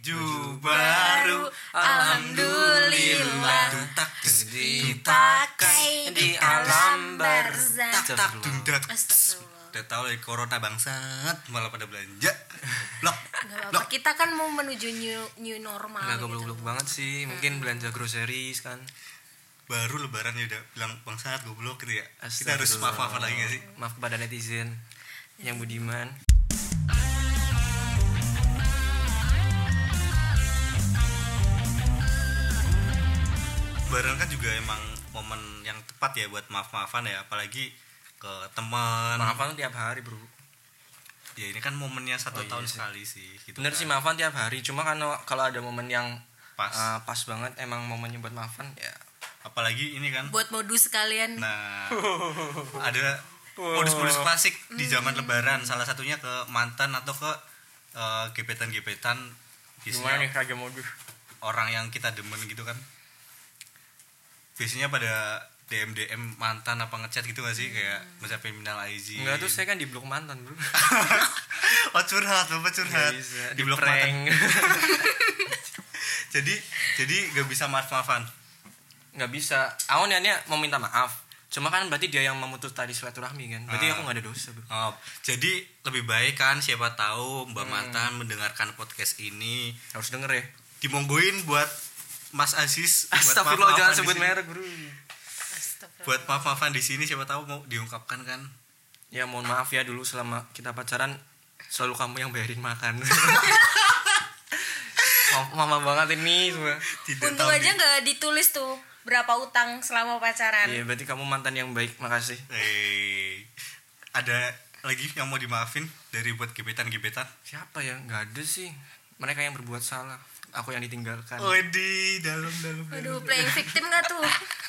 baju baru, alhamdulillah, dipakai di alam barzah. tak dundak. Astagfirullah. Udah tahu lagi corona bangsat, malah pada belanja. Blok. Gak apa-apa, kita kan mau menuju new normal. Nggak gitu. goblok banget sih, mungkin belanja groceries kan. Baru lebaran ya udah bilang bangsat goblok gitu ya. Kita harus maaf-maafan lagi gak sih? Maaf kepada netizen yang budiman. Lebaran kan juga emang momen yang tepat ya buat maaf-maafan ya, apalagi ke teman. Maafan tiap hari, Bro. Ya ini kan momennya satu Oh, iya tahun sih. sekali sih gitu. Bener kan. sih, maafan tiap hari. Cuma kan kalau ada momen yang Pas. pas banget, emang momennya buat maafan ya. Apalagi ini kan. Buat modus sekalian. Nah, ada modus-modus klasik di zaman lebaran, salah satunya ke mantan atau ke gebetan-gebetan. Gimana nih Biasanya raja modus? orang yang kita demen gitu kan. Biasanya pada DM mantan apa ngechat gitu gak sih, kayak ngucapin minal aizin. Enggak tuh, saya kan di blok mantan, Bro. Oh curhat, bapak curhat. Di blok prank. mantan. jadi gak bisa maaf-maafan. Nggak bisa. Aku niatnya mau minta maaf. Cuma kan berarti dia yang memutus tali silaturahmi kan. Berarti aku nggak ada dosa, Bro. Oh, jadi lebih baik kan, siapa tahu Mbak mantan mendengarkan podcast ini, Harus denger ya. dimonggoin buat Mas Aziz buat Astagfirullah, jangan maaf-maafan sebut di sini. merek, Bro. Astagfirullah. Buat maaf-maafan di sini, siapa tahu mau diungkapkan kan. Ya mohon maaf ya, dulu selama kita pacaran selalu kamu yang bayarin makan. Mama banget ini semua. Tidak Untung tahu aja nggak ditulis tuh berapa utang selama pacaran. Iya, berarti kamu mantan yang baik, makasih. Ada lagi yang mau dimaafin dari buat gebetan-gebetan? Siapa ya? Nggak ada sih. Mereka yang berbuat salah. Aku yang ditinggalkan. Oh di dalam. Aduh, playing victim nggak tuh?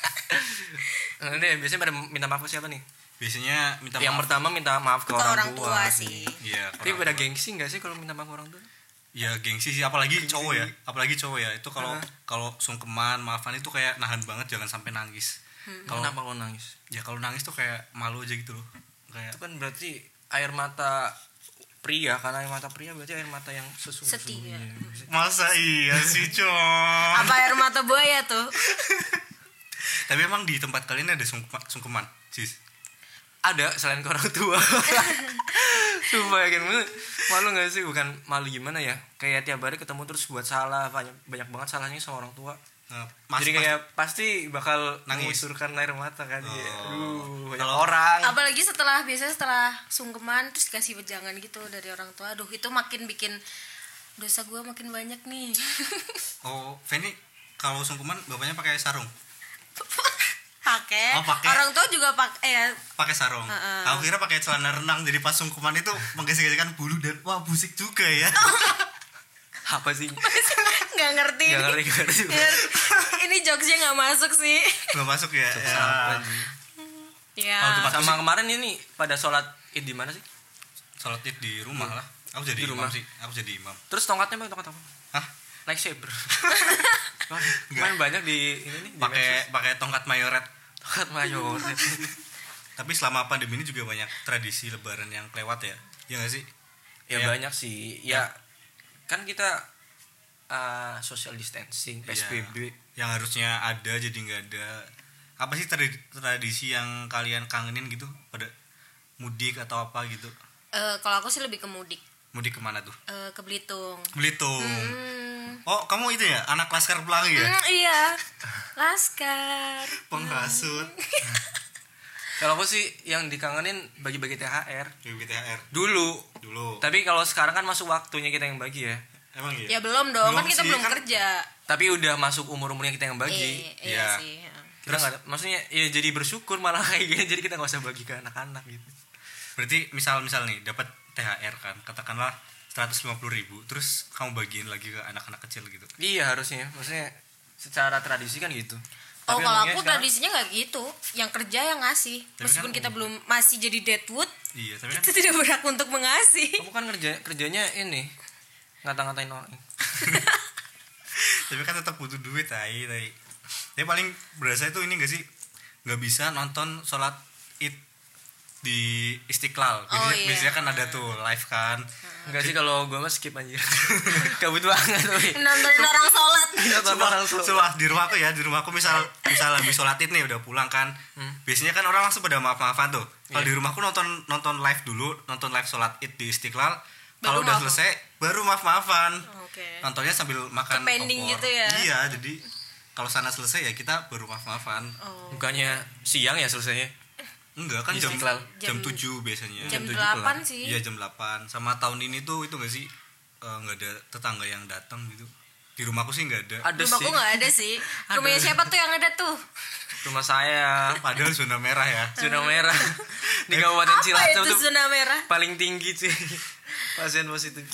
Nanti biasanya pada minta maaf ke siapa nih? Biasanya minta Yang maaf. pertama minta maaf ke Ke orang orang tua sih. sih. Iya. Tapi pada gengsi nggak sih kalau minta maaf ke orang tua? Ya gengsi sih, apalagi Gengsi. cowok ya. Apalagi cowok ya. Itu kalau sungkeman, maafan itu kayak nahan banget, jangan sampai nangis. Kenapa kau nangis? Ya kalau nangis tuh kayak malu aja gitu loh. Kayak Itu kan berarti air mata pria, karena air mata pria berarti air mata yang sesungguhnya. masa iya sih, Con. Apa air mata buaya tuh? Tapi emang di tempat kalian ada sungkeman, Sis? Ada selain ke orang tua. Sumpah yakin banget. Malu gak sih? Bukan malu gimana ya, kayak tiap hari ketemu terus buat salah, banyak banget salahnya sama orang tua. Jadi kayak pasti bakal Nangis. mengusurkan air mata kan. Oh. Ya. Banyak Kalau- orang. Apalagi biasanya setelah sungkeman terus kasih wejangan gitu dari orang tua. Aduh, itu makin bikin dosa gue makin banyak nih. Oh, Feni kalau sungkeman bapaknya pakai sarung. Pakai. Oh, pakai. Orang tua juga pakai Pakai sarung. Aku kira pakai celana renang, jadi pas sungkeman itu menggesek-gesekkan bulu dan wah busik juga ya. Apa sih? nggak ngerti. Gak ngerti. Ini jokesnya nggak masuk sih. Belum masuk ya. Apa sih? Ya. Kalau tempat Sama kemarin ini pada sholat id di mana sih? Salat Id di rumah lah. Aku jadi Di imam rumah. sih. Aku jadi imam. Terus tongkatnya pakai tongkat apa? Hah? Lightsaber. Main banyak di ini nih. di medsos. Pakai tongkat mayoret. Tongkat mayor. Tapi selama pandemi ini juga banyak tradisi lebaran yang kelewat ya. Iya enggak sih? Ya Kayak- banyak sih. Ya kan kita social distancing, PSBB. Yang harusnya ada jadi nggak ada. Apa sih tradisi yang kalian kangenin gitu pada mudik atau apa gitu? Kalau aku sih lebih ke mudik. Mudik kemana tuh? Ke Belitung. Belitung. Oh, kamu itu ya anak Laskar Pelangi ya? Iya. Laskar. Penghasut. Kalau aku sih yang dikangenin bagi-bagi THR BTHR dulu. dulu. Tapi kalau sekarang kan masuk waktunya kita yang bagi ya. Emang iya? Ya belum dong, kan Belum kita sih, belum kan- kerja. Tapi udah masuk umurnya kita yang bagi. Iya Ya. sih. Kita nggak ada, maksudnya ya jadi bersyukur malah kayak gini, jadi kita nggak usah bagi ke anak-anak gitu. Berarti misal nih dapat THR kan, katakanlah 150.000, terus kamu bagiin lagi ke anak-anak kecil gitu. Iya harusnya, maksudnya secara tradisi kan gitu. Oh, Tapi kalau untungnya aku sekarang- tradisinya nggak gitu. Yang kerja yang ngasih. Tapi Meskipun kan- kita belum masih jadi deadwood, Iya, tapi kan kita tidak berhak untuk mengasih. kamu kan kerjanya ini ngata-ngatain orang. tapi kan tetap butuh duit, tai. Tapi paling berasa itu ini enggak sih? Nggak bisa nonton sholat Id di Istiqlal. Oh, iya. Biasanya kan ada tuh live kan. Enggak sih, kalau gue mah skip anjir. Kabut banget weh. Nontonin orang sholat. Sumpah di rumahku misal habis sholat id nih udah pulang kan. Biasanya kan orang langsung pada maaf-maafan tuh. Kalau di rumahku nonton live dulu, nonton live sholat id di Istiqlal. Kalau udah selesai baru maaf-maafan. Nontonnya sambil makan pending opor. gitu ya. Iya, jadi kalau sana selesai ya kita baru maaf-maafan. Bukannya siang ya selesainya? Enggak kan jam Istiqlal. 7 biasanya. Jam 7 8 pulang. sih. Iya jam 8. Sama tahun ini tuh itu enggak sih enggak ada tetangga yang datang gitu. Di rumahku sih enggak ada. Ada Rumahku sih. nggak ada sih. Rumahnya siapa tuh yang ada tuh? Rumah saya. Padahal zona merah ya. Zona merah. Di Kabupaten Apa Cilacap itu tuh zona merah? paling tinggi sih pasien positif.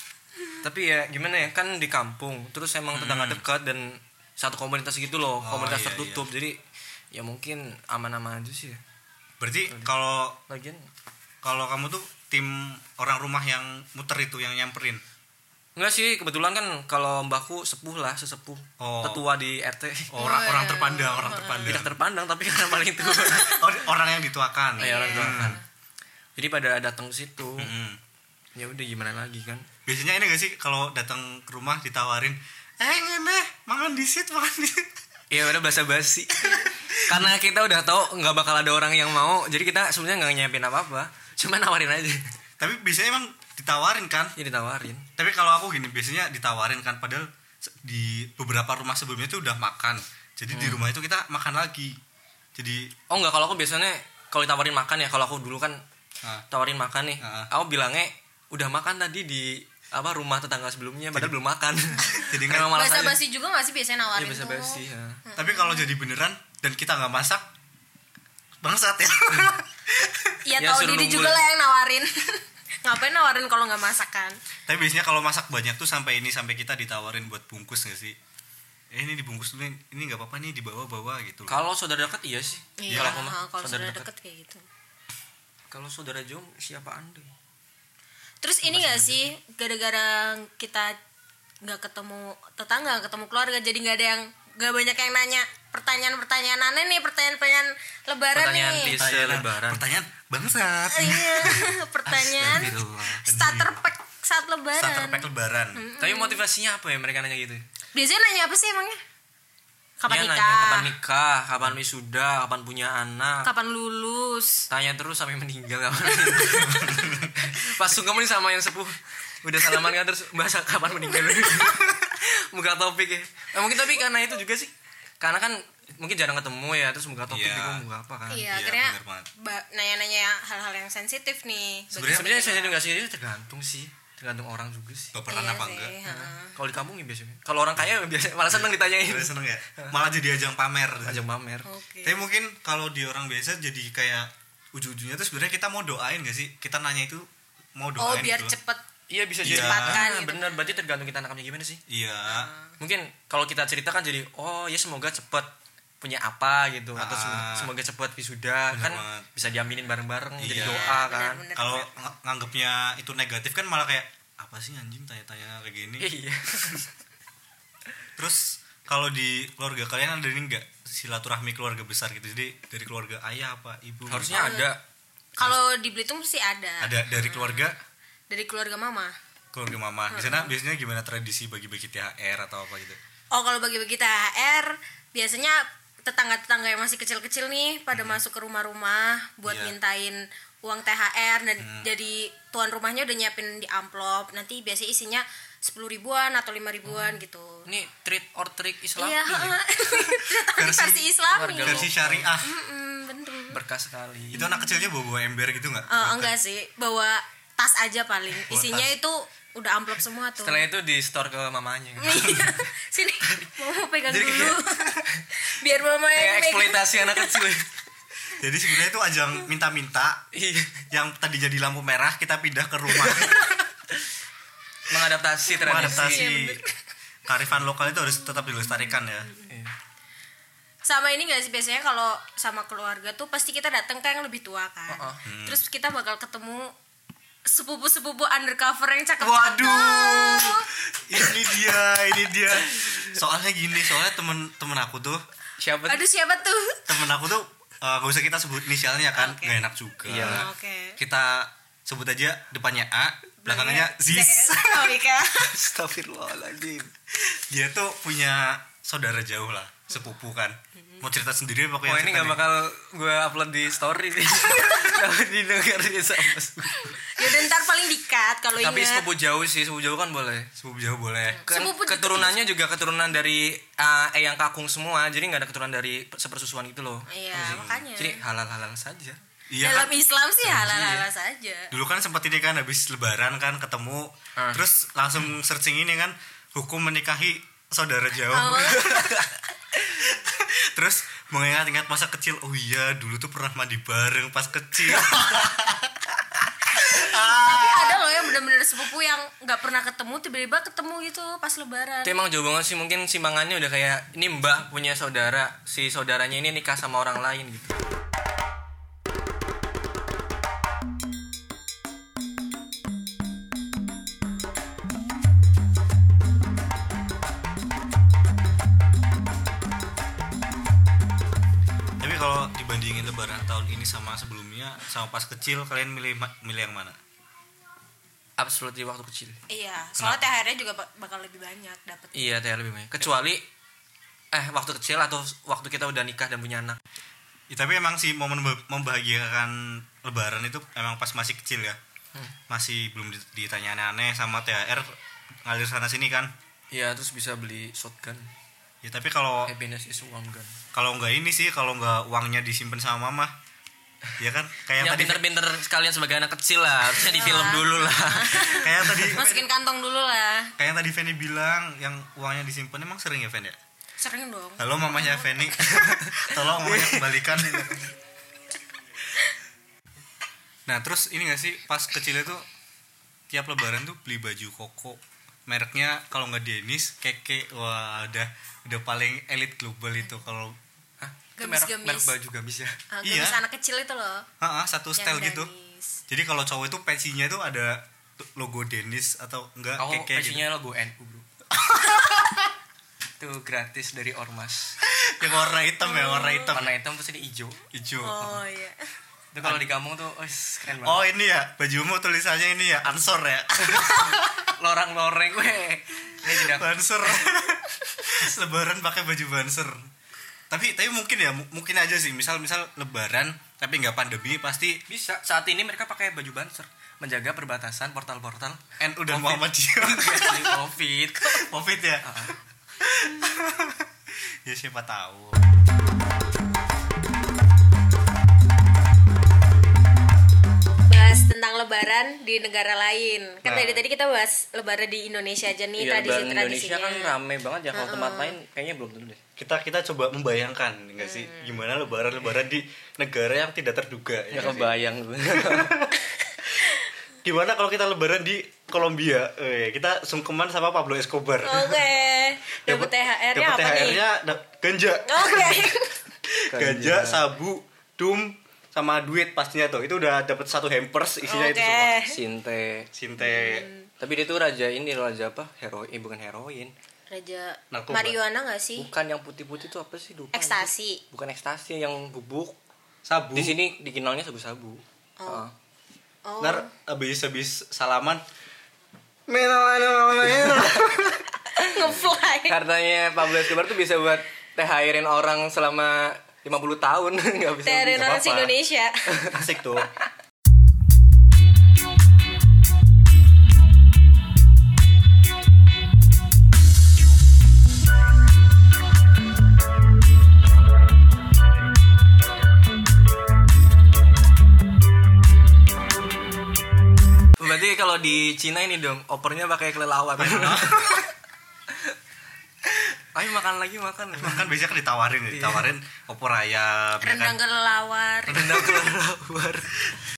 Tapi ya gimana ya, kan di kampung, terus emang tetangga dekat dan satu komunitas gitu loh, komunitas iya, tertutup. Jadi ya mungkin aman-aman aja sih ya. Berarti kalau Lagian kamu tuh tim orang rumah yang muter itu yang nyamperin. enggak sih, kebetulan kan kalau mbahku sepuh lah, sesepuh. Oh. Tetua di RT. Orang terpandang. Tidak terpandang tapi karena paling tua. Orang yang dituakan. Ya, orang tua kan. Jadi pada datang ke situ. Mm-mm. Ya udah gimana lagi kan. Biasanya ini gak sih kalau datang ke rumah ditawarin, ngene, mangan disit. Ya udah basa-basi. Karena kita udah tahu nggak bakal ada orang yang mau, jadi kita sebenarnya nggak nyiapin apa-apa, cuma nawarin aja. Tapi biasanya emang ditawarin kan? Ya ditawarin. Tapi kalau aku gini, biasanya ditawarin kan, padahal di beberapa rumah sebelumnya itu udah makan. Jadi di rumah itu kita makan lagi. Jadi Oh enggak, kalau aku biasanya kalau ditawarin makan ya, kalau aku dulu kan tawarin makan nih, aku bilangnya udah makan tadi di rumah tetangga sebelumnya, padahal belum makan. Jadi memang malas aja. Basa-basi juga nggak sih biasanya nawarin Iya, basa-basi tuh? ya. Tapi kalau jadi beneran dan kita nggak masak, bangsat ya. Iya, Ya, tahu suruh diri nunggu. juga lah yang nawarin. Ngapain nawarin kalau nggak masakan? Tapi biasanya kalau masak banyak tuh sampai kita ditawarin buat bungkus nggak sih? Ini dibungkus dulu, ini nggak apa-apa nih, dibawa-bawa gitu. Kalau saudara dekat iya sih. Iya, Kalau aku mah kalau saudara deket kayak gitu. Kalau saudara jauh siapa Anda? Terus ini nggak sih gara-gara kita nggak ketemu tetangga, nggak ketemu keluarga, jadi nggak banyak yang nanya pertanyaan aneh nih, pertanyaan lebaran Pertanyaan nih. bisa lebaran. Pertanyaan bangsat. Iya, pertanyaan starter pack saat lebaran. Starter pack lebaran. Tapi motivasinya apa ya mereka nanya gitu? Biasanya nanya apa sih emangnya? Kapan Dia nikah? nanya kapan nikah, kapan wisuda, kapan punya anak. Kapan lulus? Tanya terus sampai meninggal kapan. Pas sungkem nih sama yang sepuh, udah salaman kan terus bahas kapan meninggal. Buka topik ya. Mungkin tapi karena itu juga sih. Karena kan mungkin jarang ketemu ya, terus buka topik bingung buka apa kan. Iya, Iya, akhirnya bener banget. nanya-nanya hal-hal yang sensitif nih. Sebenarnya saya juga sih tergantung sih. Tergantung orang juga sih. Baperan Iya apa sih, enggak? Kalau di kampung ya biasanya. Kalau orang kaya biasa malah seneng ditanyain. Udah seneng ya? Malah jadi ajang pamer. Ajang pamer. Oke. Tapi mungkin kalau di orang biasa jadi kayak ujung-ujungnya tuh sebenarnya kita mau doain gak sih? Kita nanya itu mau Oh, doain biar gitu. cepet. Iya bisa Iya. jadi. Cepatkan gitu. Bener, berarti tergantung kita nangkapnya gimana sih. Iya. Mungkin kalau kita ceritakan jadi oh ya semoga cepet punya apa gitu, atau semoga cepet wisuda. Bener Kan banget. bisa diaminin bareng-bareng jadi Iya. doa kan. Bener-bener. Kalau nganggapnya itu negatif kan malah kayak apa sih anjing tanya-tanya kayak gini. Iya. Terus kalau di keluarga kalian ada ini enggak silaturahmi keluarga besar gitu? Jadi dari keluarga ayah apa ibu? Harusnya ada. Kalau di Belitung sih ada. Ada dari keluarga Dari keluarga mama. mama. Di sana biasanya gimana tradisi bagi-bagi THR atau apa gitu? Oh, kalau bagi-bagi THR biasanya tetangga-tetangga yang masih kecil-kecil nih pada masuk ke rumah-rumah buat Iya. mintain uang THR dan jadi tuan rumahnya udah nyiapin di amplop. Nanti biasanya isinya 10 ribuan atau 5 ribuan gitu. Ini treat or trick Islam. Iya, tapi versi Islami. warga Versi syariah. Bener. Berkah sekali. Itu anak kecilnya bawa ember gitu enggak? Enggak sih, bawa tas aja paling. Isinya itu udah amplop semua tuh. Setelah itu di store ke mamanya. Iya. Sini, mau pegang Jadi dulu. Biar mama yang Kayak pegang. eksploitasi anak kecil. Jadi sebenarnya itu ajang minta-minta. Iya. Yang tadi jadi lampu merah kita pindah ke rumah. Mengadaptasi tradisi. Mengadaptasi Iya, kearifan lokal itu harus tetap dilestarikan ya. Iya. Sama ini gak sih biasanya kalau sama keluarga tuh pasti kita datang kan yang lebih tua kan. Terus kita bakal ketemu sepupu-sepupu undercover yang cakep. Waduh. Ini dia. Soalnya gini, soalnya temen aku tuh, Siapa? Aduh, siapa tuh? temen aku tuh gak usah kita sebut inisialnya kan, Oke. gak enak juga. Iya. Oke. Kita sebut aja depannya A, belakangnya Zis. Oh iya. Astagfirullahaladzim. Dia tuh punya saudara jauh lah, sepupu kan. Mau cerita sendiri pokoknya. Oh ini nggak bakal gue upload di story sih. Kalau didengerin sama. Yaudah ntar paling di-cut kalau ingat. Tapi sepupu jauh sih, sepupu jauh kan boleh. Sepupu jauh boleh. Kan Sepupu keturunannya juga keturunan dari yang kakung semua, jadi nggak ada keturunan dari sepersusuan gitu loh. Iya, makanya. Jadi halal saja. Iya Dalam kan? Islam sih halal-halal saja. Dulu kan sempat ini kan habis lebaran kan ketemu, terus langsung searching ini kan hukum menikahi saudara jauh. Oh. Terus mengingat-ingat masa kecil, oh iya dulu tuh pernah mandi bareng pas kecil. Tapi ada loh yang benar-benar sepupu yang nggak pernah ketemu tiba-tiba ketemu gitu pas lebaran. Itu emang jauh banget sih, mungkin simpangannya udah kayak ini mbak punya saudara, si saudaranya ini nikah sama orang lain gitu. Tapi kalau dibandingin lebaran tahun ini sama sebelumnya, sama pas kecil, kalian milih yang mana? Absolutely waktu kecil. Iya, soalnya THR-nya juga bakal lebih banyak dapat. Iya, THR lebih banyak. Kecuali waktu kecil atau waktu kita udah nikah dan punya anak. Ya, tapi emang sih momen membahagiakan lebaran itu emang pas masih kecil ya. Masih belum ditanya aneh-aneh, sama THR ngalir sana sini kan. Iya, terus bisa beli shotgun. Ya tapi kalau Happiness is one gun. kalau nggak ini sih, kalau nggak uangnya disimpan sama mama, ya kan kayak Yang tadi pinter-pinter sekalian sebagai anak kecil lah, harusnya di film dulu lah. kayak tadi Masukin kantong dulu lah. kayak yang tadi Feni bilang yang uangnya disimpan, emang sering ya Fen ya? Sering dong. Halo mamanya Feni. Tolong mamanya kembalikan. Nah terus ini nggak sih pas kecil itu tiap lebaran tuh beli baju koko mereknya, kalau nggak Dennis, Keke, wah udah paling elit global itu. Kalau Itu Gamis-gamis. merek baju gamis ya. Iya. Gamis anak kecil itu loh. satu style Yang gitu. Danis. Jadi kalau cowok itu pensinya itu ada logo Dennis atau enggak Oh, Keke gitu. pasinya logo NU bro. Itu gratis dari Ormas. Yang warna hitam ya, warna hitam. Warna hitam terus ini hijau. Hijau. Oh iya. Itu kalau di kampung tuh, keren banget. Oh ini ya, bajumu tulisannya ini ya, Ansor ya. Lorang-loreng gue. Ini tidak. Banser. Lebaran pakai baju banser. Tapi mungkin ya, mungkin aja sih. Misal lebaran tapi nggak pandemi, pasti Bisa. Saat ini mereka pakai baju banser, menjaga perbatasan portal-portal NU dan Muhammadiyah. Covid. Covid ya. Ya siapa tahu. Bahas tentang lebaran di negara lain. Kan Nah. tadi kita bahas lebaran di Indonesia aja nih, Iya, lebaran Indonesia tradisi-tradisinya. kan rame banget ya, kalau tempat lain kayaknya belum tentu deh. Kita coba membayangkan enggak sih gimana lebaran di negara yang tidak terduga Ya nggak sih? kebayang gue. Gimana kalau kita lebaran di Kolombia? Kita sungkeman sama Pablo Escobar. Oke. Dapat THR-nya Dapat apa nih? THR-nya ganja. Oke. Ganja, sabu, dum, sama duit pastinya tuh. Itu udah dapat satu hampers isinya itu semua. Sinte. Sinte. Tapi dia tuh raja ini, raja apa? Heroin, bukan heroin. Raja Narkoba. marijuana enggak sih? Bukan yang putih-putih tuh apa sih? Lupa. Ekstasi. Bukan ekstasi, yang bubuk. Sabu. Di sini dikenalnya sabu-sabu. Oh. Heeh. Oh. Ntar habis salaman. Ngefly. Katanya Pablo Escobar tuh bisa buat THR-in orang selama 50 tahun. Nggak bisa. THR nggak orang apa-apa. Indonesia. Asik tuh. Berarti kalau di Cina ini dong, opernya pakai kelelawar. Ayo makan lagi, makan. Kan biasanya kan ditawarin opor ayam. Ya kan? Rendang kelelawar. Rendang kelelawar.